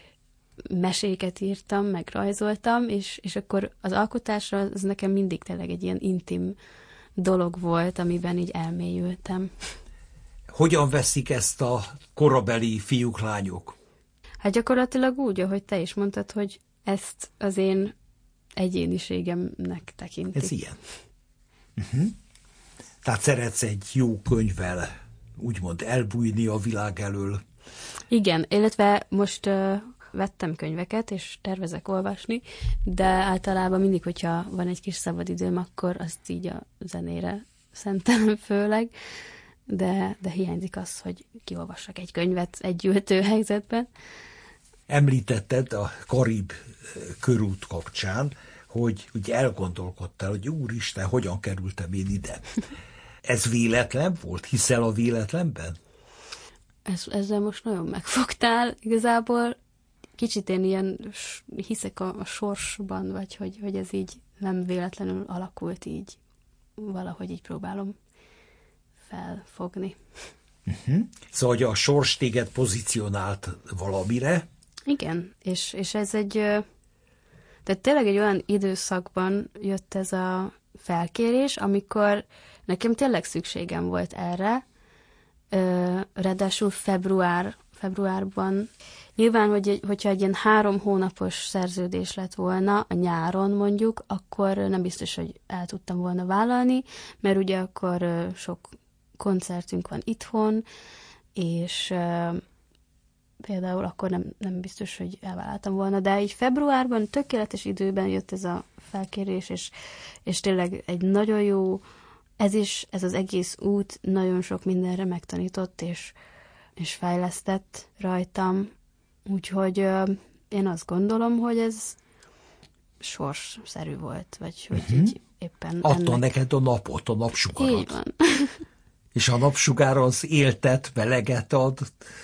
meséket írtam, meg rajzoltam, és, és akkor az alkotásra az nekem mindig tényleg egy ilyen intim dolog volt, amiben így elmélyültem. Hogyan veszik ezt a korabeli fiúk, lányok? Hát gyakorlatilag úgy, ahogy te is mondtad, hogy ezt az én egyéniségemnek tekintik. Ez ilyen. Uh-huh. Tehát szeretsz egy jó könyvvel úgymond elbújni a világ elől. Igen, illetve most uh, vettem könyveket, és tervezek olvasni, de általában mindig, hogyha van egy kis szabadidőm, akkor azt így a zenére szentelem főleg, de, de hiányzik az, hogy kiolvassak egy könyvet egy ültő helyzetben. Említetted a Karib körút kapcsán, hogy ugye elgondolkodtál, hogy úristen, hogyan kerültem én ide. Ez véletlen volt? Hiszel a véletlenben? Ez, ezzel most nagyon megfogtál. Igazából kicsit én ilyen hiszek a, a sorsban, vagy hogy, hogy ez így nem véletlenül alakult így. Valahogy így próbálom felfogni. Uh-huh. Szóval, hogy a sors téged pozícionált valamire? Igen, és, és ez egy, tehát tényleg egy olyan időszakban jött ez a felkérés, amikor nekem tényleg szükségem volt erre, ráadásul február, februárban. Nyilván, hogy, hogyha egy ilyen három hónapos szerződés lett volna, a nyáron mondjuk, akkor nem biztos, hogy el tudtam volna vállalni, mert ugye akkor sok koncertünk van itthon, és például akkor nem, nem biztos, hogy elvállaltam volna, de így februárban tökéletes időben jött ez a felkérés, és, és tényleg egy nagyon jó, ez is, ez az egész út nagyon sok mindenre megtanított, és, és fejlesztett rajtam, úgyhogy ö, én azt gondolom, hogy ez sorsszerű volt, vagy hogy uh-huh. így éppen adta ennek... neked a napot, a napsugarat. Így van. És a napsugár az éltet, meleget ad,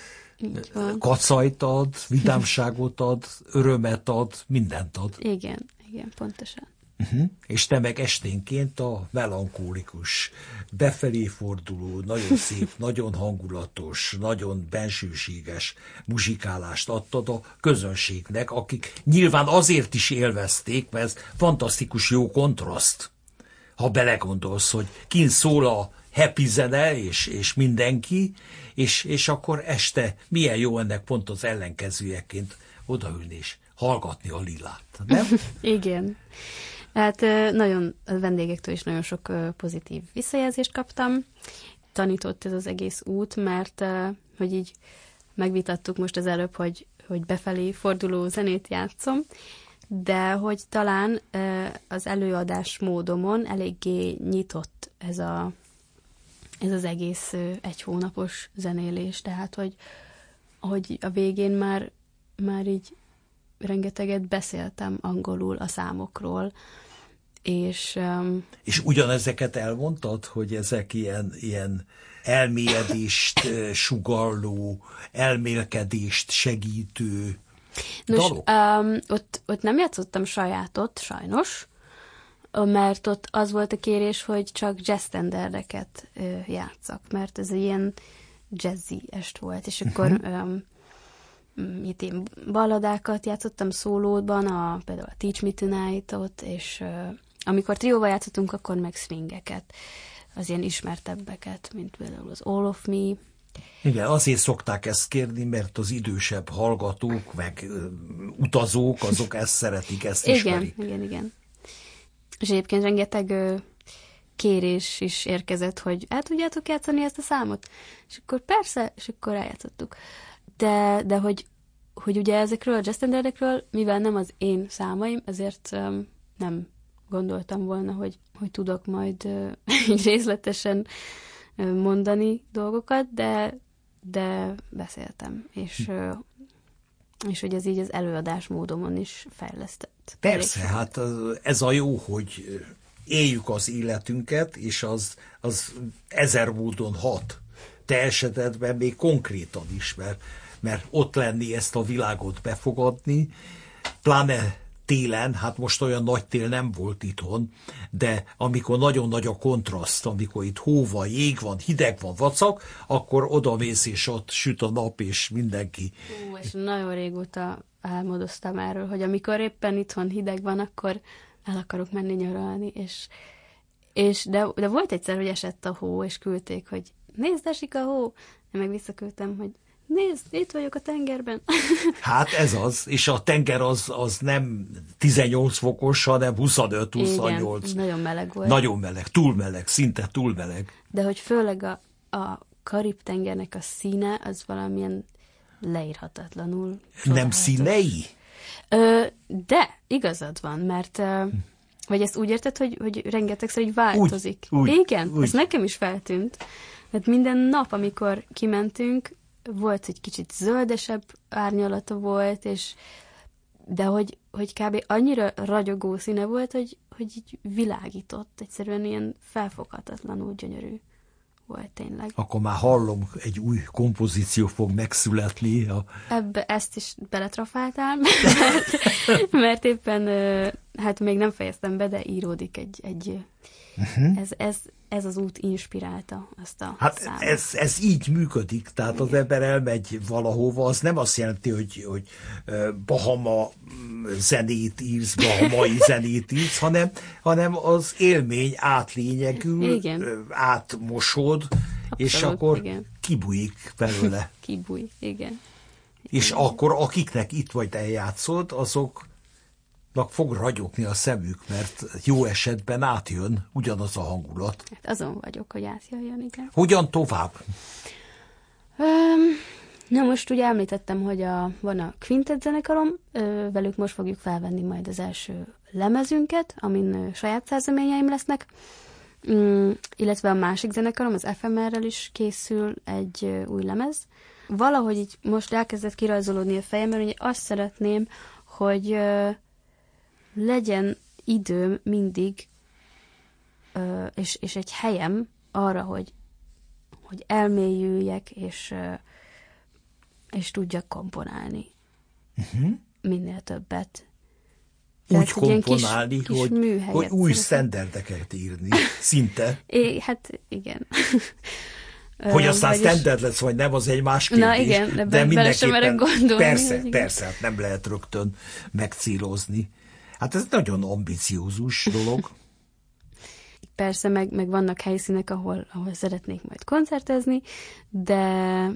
kacajt ad, vidámságot ad, örömet ad, mindent ad. Igen, igen, pontosan. Uh-huh. És te meg esténként a melankólikus, befelé forduló, nagyon szép, nagyon hangulatos, nagyon bensőséges muzsikálást adtad a közönségnek, akik nyilván azért is élvezték, mert ez fantasztikus jó kontraszt. Ha belegondolsz, hogy kint szól a happy zene, és, és mindenki, és, és akkor este milyen jó ennek pont az ellenkezőjeként odaülni és hallgatni a lilát, nem? Igen. Hát nagyon, a vendégektől is nagyon sok pozitív visszajelzést kaptam. Tanított ez az egész út, mert hogy így megvitattuk most az előbb, hogy, hogy befelé forduló zenét játszom, de hogy talán az előadás módomon eléggé nyitott ez, a, ez az egész egy hónapos zenélés, tehát hogy, hogy a végén már, már így rengeteget beszéltem angolul a számokról, és... Um, és ugyanezeket elmondtad, hogy ezek ilyen, ilyen elmélyedést sugalló, elmélkedést segítő Nos, dalok? Um, ott, ott nem játszottam sajátot, sajnos, mert ott az volt a kérés, hogy csak jazz standardeket uh, játszak, mert ez egy ilyen jazzy est volt, és akkor... Uh-huh. Um, itt én balladákat játszottam szólóban, a, például a Teach Me Tonight-ot, és uh, amikor trióval játszottunk, akkor meg swingeket, az ilyen ismertebbeket, mint például az All of Me. Igen, azért szokták ezt kérni, mert az idősebb hallgatók, meg uh, utazók, azok ezt szeretik, ezt igen, ismerik. Igen, igen. És egyébként rengeteg uh, kérés is érkezett, hogy el tudjátok játszani ezt a számot? És akkor persze, és akkor eljátszottuk. De, de hogy hogy ugye ezekről a jazz standardekről, mivel nem az én számaim, ezért um, nem gondoltam volna, hogy, hogy tudok majd uh, így részletesen uh, mondani dolgokat, de, de beszéltem, és, uh, és hogy ez így az előadás módomon is fejlesztett. Persze, hát ez a jó, hogy éljük az életünket, és az, az ezer módon hat. Te esetedben még konkrétan is, mert, mert ott lenni, ezt a világot befogadni, pláne télen, hát most olyan nagy tél nem volt itthon, de amikor nagyon nagy a kontraszt, amikor itt hó van, jég van, hideg van, vacak, akkor odamész, és ott süt a nap, és mindenki. Ú, és nagyon régóta álmodoztam erről, hogy amikor éppen itthon hideg van, akkor el akarok menni nyaralni, és, és de, de volt egyszer, hogy esett a hó, és küldték, hogy nézd, esik a hó. Én meg visszaküldtem, hogy nézd, itt vagyok a tengerben. Hát ez az, és a tenger az, az nem tizennyolc fokos, hanem huszonöt-huszonnyolc. Igen, nagyon meleg volt. Nagyon meleg, túl meleg, szinte túl meleg. De hogy főleg a, a Karib-tengernek a színe, az valamilyen leírhatatlanul csodálatos. Nem színei? Ö, de, igazad van, mert... Ö, vagy ezt úgy érted, hogy, hogy rengetegszer így változik? Úgy, úgy, igen, úgy. Ez nekem is feltűnt. Mert minden nap, amikor kimentünk, volt egy kicsit zöldesebb árnyalata volt, és de hogy, hogy kb. Annyira ragyogó színe volt, hogy, hogy így világított, egyszerűen ilyen felfoghatatlanul gyönyörű volt tényleg. Akkor már hallom, egy új kompozíció fog megszületni. A... Ebbe ezt is beletrafáltál, mert, mert éppen, hát még nem fejeztem be, de íródik egy, egy uh-huh. ez, ez, ez az út inspirálta azt a Hát számot. ez, ez így működik, tehát igen. Az ember elmegy valahova, az nem azt jelenti, hogy, hogy Bahama zenét írsz, bahamai zenét írsz, hanem, hanem az élmény átlényegül, igen. átmosod, abszolút, és akkor igen. kibújik belőle. Kibúj, igen. És igen. akkor akiknek itt vagy eljátszod, azoknak fog ragyogni a szemük, mert jó esetben átjön ugyanaz a hangulat. Hát azon vagyok, hogy átjöjjön, igen. Hogyan tovább? Um, na most ugye említettem, hogy a, van a Quintet zenekarom, ö, velük most fogjuk felvenni majd az első lemezünket, amin ö, saját szerzeményeim lesznek, um, illetve a másik zenekarom, az ef em er-rel is készül egy ö, új lemez. Valahogy így most elkezdett kirajzolódni a fejemben, hogy azt szeretném, hogy ö, legyen időm mindig, ö, és, és egy helyem arra, hogy, hogy elmélyüljek, és, ö, és tudjak komponálni. Uh-huh. Minél többet. Úgy komponálni, kis, hogy, kis hogy új standardeket írni, szinte. É, hát igen. Hogy aztán vagyis... standard lesz, vagy nem, az egy más kérdés. Na igen, de mindenképpen gondolni, persze, persze, hát nem lehet rögtön megcélozni. Hát ez nagyon ambiciózus dolog. Persze, meg, meg vannak helyszínek, ahol, ahol szeretnék majd koncertezni, de,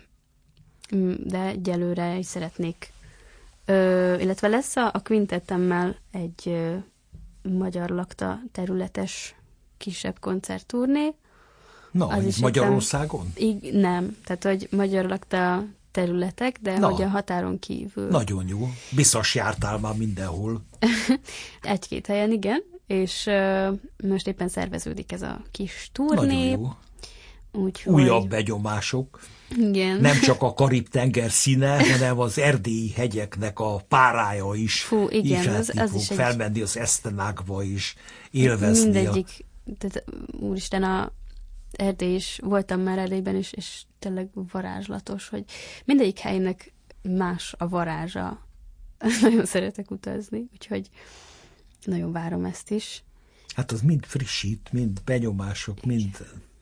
de egyelőre is szeretnék. Ö, illetve lesz a, a Quintettemmel egy ö, magyar lakta területes kisebb koncertturné. Na, az is Magyarországon? Így, nem, tehát hogy magyar lakta területek, de Na, hogy a határon kívül. Nagyon jó. Biztos jártál már mindenhol. Egy-két helyen, igen, és uh, most éppen szerveződik ez a kis turné. Nagyon jó. Úgyhogy... Újabb begyomások. Igen. Nem csak a Karib-tenger színe, hanem az erdélyi hegyeknek a párája is. Fú, igen, az, az fog is felmenni egy... az Esztenákba is, élvezni. Mindegyik, a... tehát, úristen, a Erdély is, voltam már Erdélyben is, és tényleg varázslatos, hogy mindegyik helynek más a varázsa. Nagyon szeretek utazni, úgyhogy nagyon várom ezt is. Hát az mind frissít, mind benyomások, mind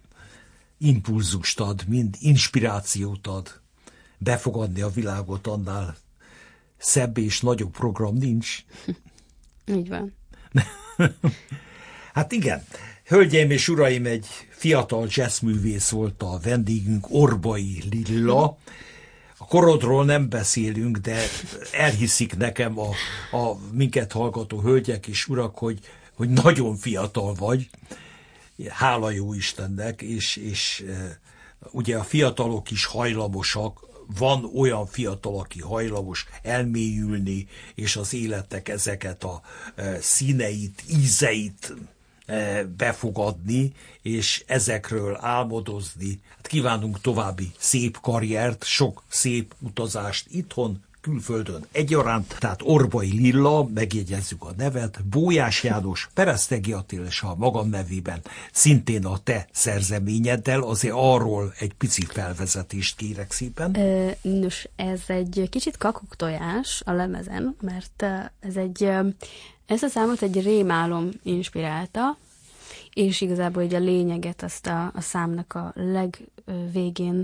impulzust ad, mind inspirációt ad. Befogadni a világot annál szebb és nagyobb program nincs. Így van. Hát igen. Hölgyeim és uraim, egy fiatal jazzművész volt a vendégünk, Orbai Lilla. A korodról nem beszélünk, de elhiszik nekem a, a minket hallgató hölgyek és urak, hogy, hogy nagyon fiatal vagy. Hála jó Istennek, és, és ugye a fiatalok is hajlamosak van olyan fiatal, aki hajlamos elmélyülni, és az életnek ezeket a színeit, ízeit befogadni, és ezekről álmodozni. Hát kívánunk további szép karriert, sok szép utazást itthon, külföldön egyaránt, tehát Orbai Lilla, megjegyezzük a nevet, Bójás János, Peresztegi Attila, és a magam nevében szintén a te szerzeményeddel, azért arról egy pici felvezetést kérek szépen. Ö, nos, ez egy kicsit kakuktojás a lemezen, mert ez egy, ez a számot egy rémálom inspirálta, és igazából ugye a lényeget azt a, a számnak a legvégén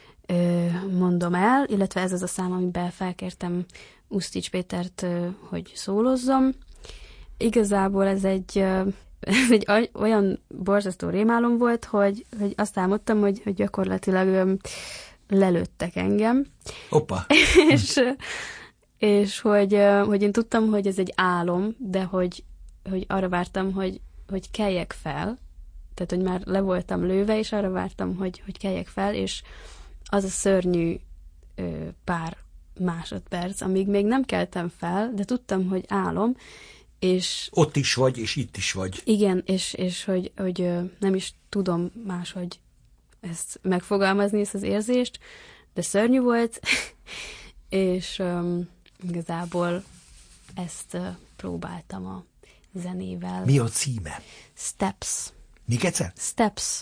mondom el, illetve ez az a szám, amiben felkértem Usztics Pétert, hogy szólozzom. Igazából ez egy, ez egy olyan borzasztó rémálom volt, hogy, hogy azt álmodtam, hogy, hogy gyakorlatilag lelőttek engem. Hoppa! és és hogy, hogy én tudtam, hogy ez egy álom, de hogy, hogy arra vártam, hogy, hogy keljek fel, tehát hogy már le voltam lőve, és arra vártam, hogy, hogy keljek fel, és az a szörnyű ö, pár másodperc, amíg még nem keltem fel, de tudtam, hogy álom, és... Ott is vagy, és itt is vagy. Igen, és, és hogy, hogy ö, nem is tudom máshogy ezt megfogalmazni, ezt az érzést, de szörnyű volt, és ö, igazából ezt ö, próbáltam a zenével. Mi a címe? Steps. Még egyszer? Steps.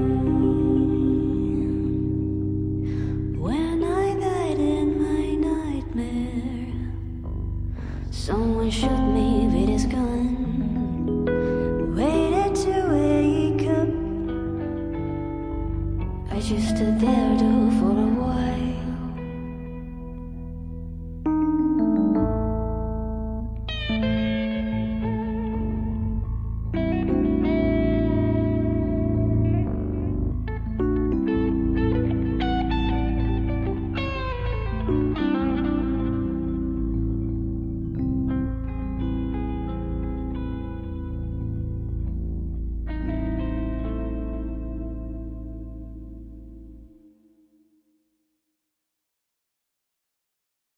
When I died in my night you stood there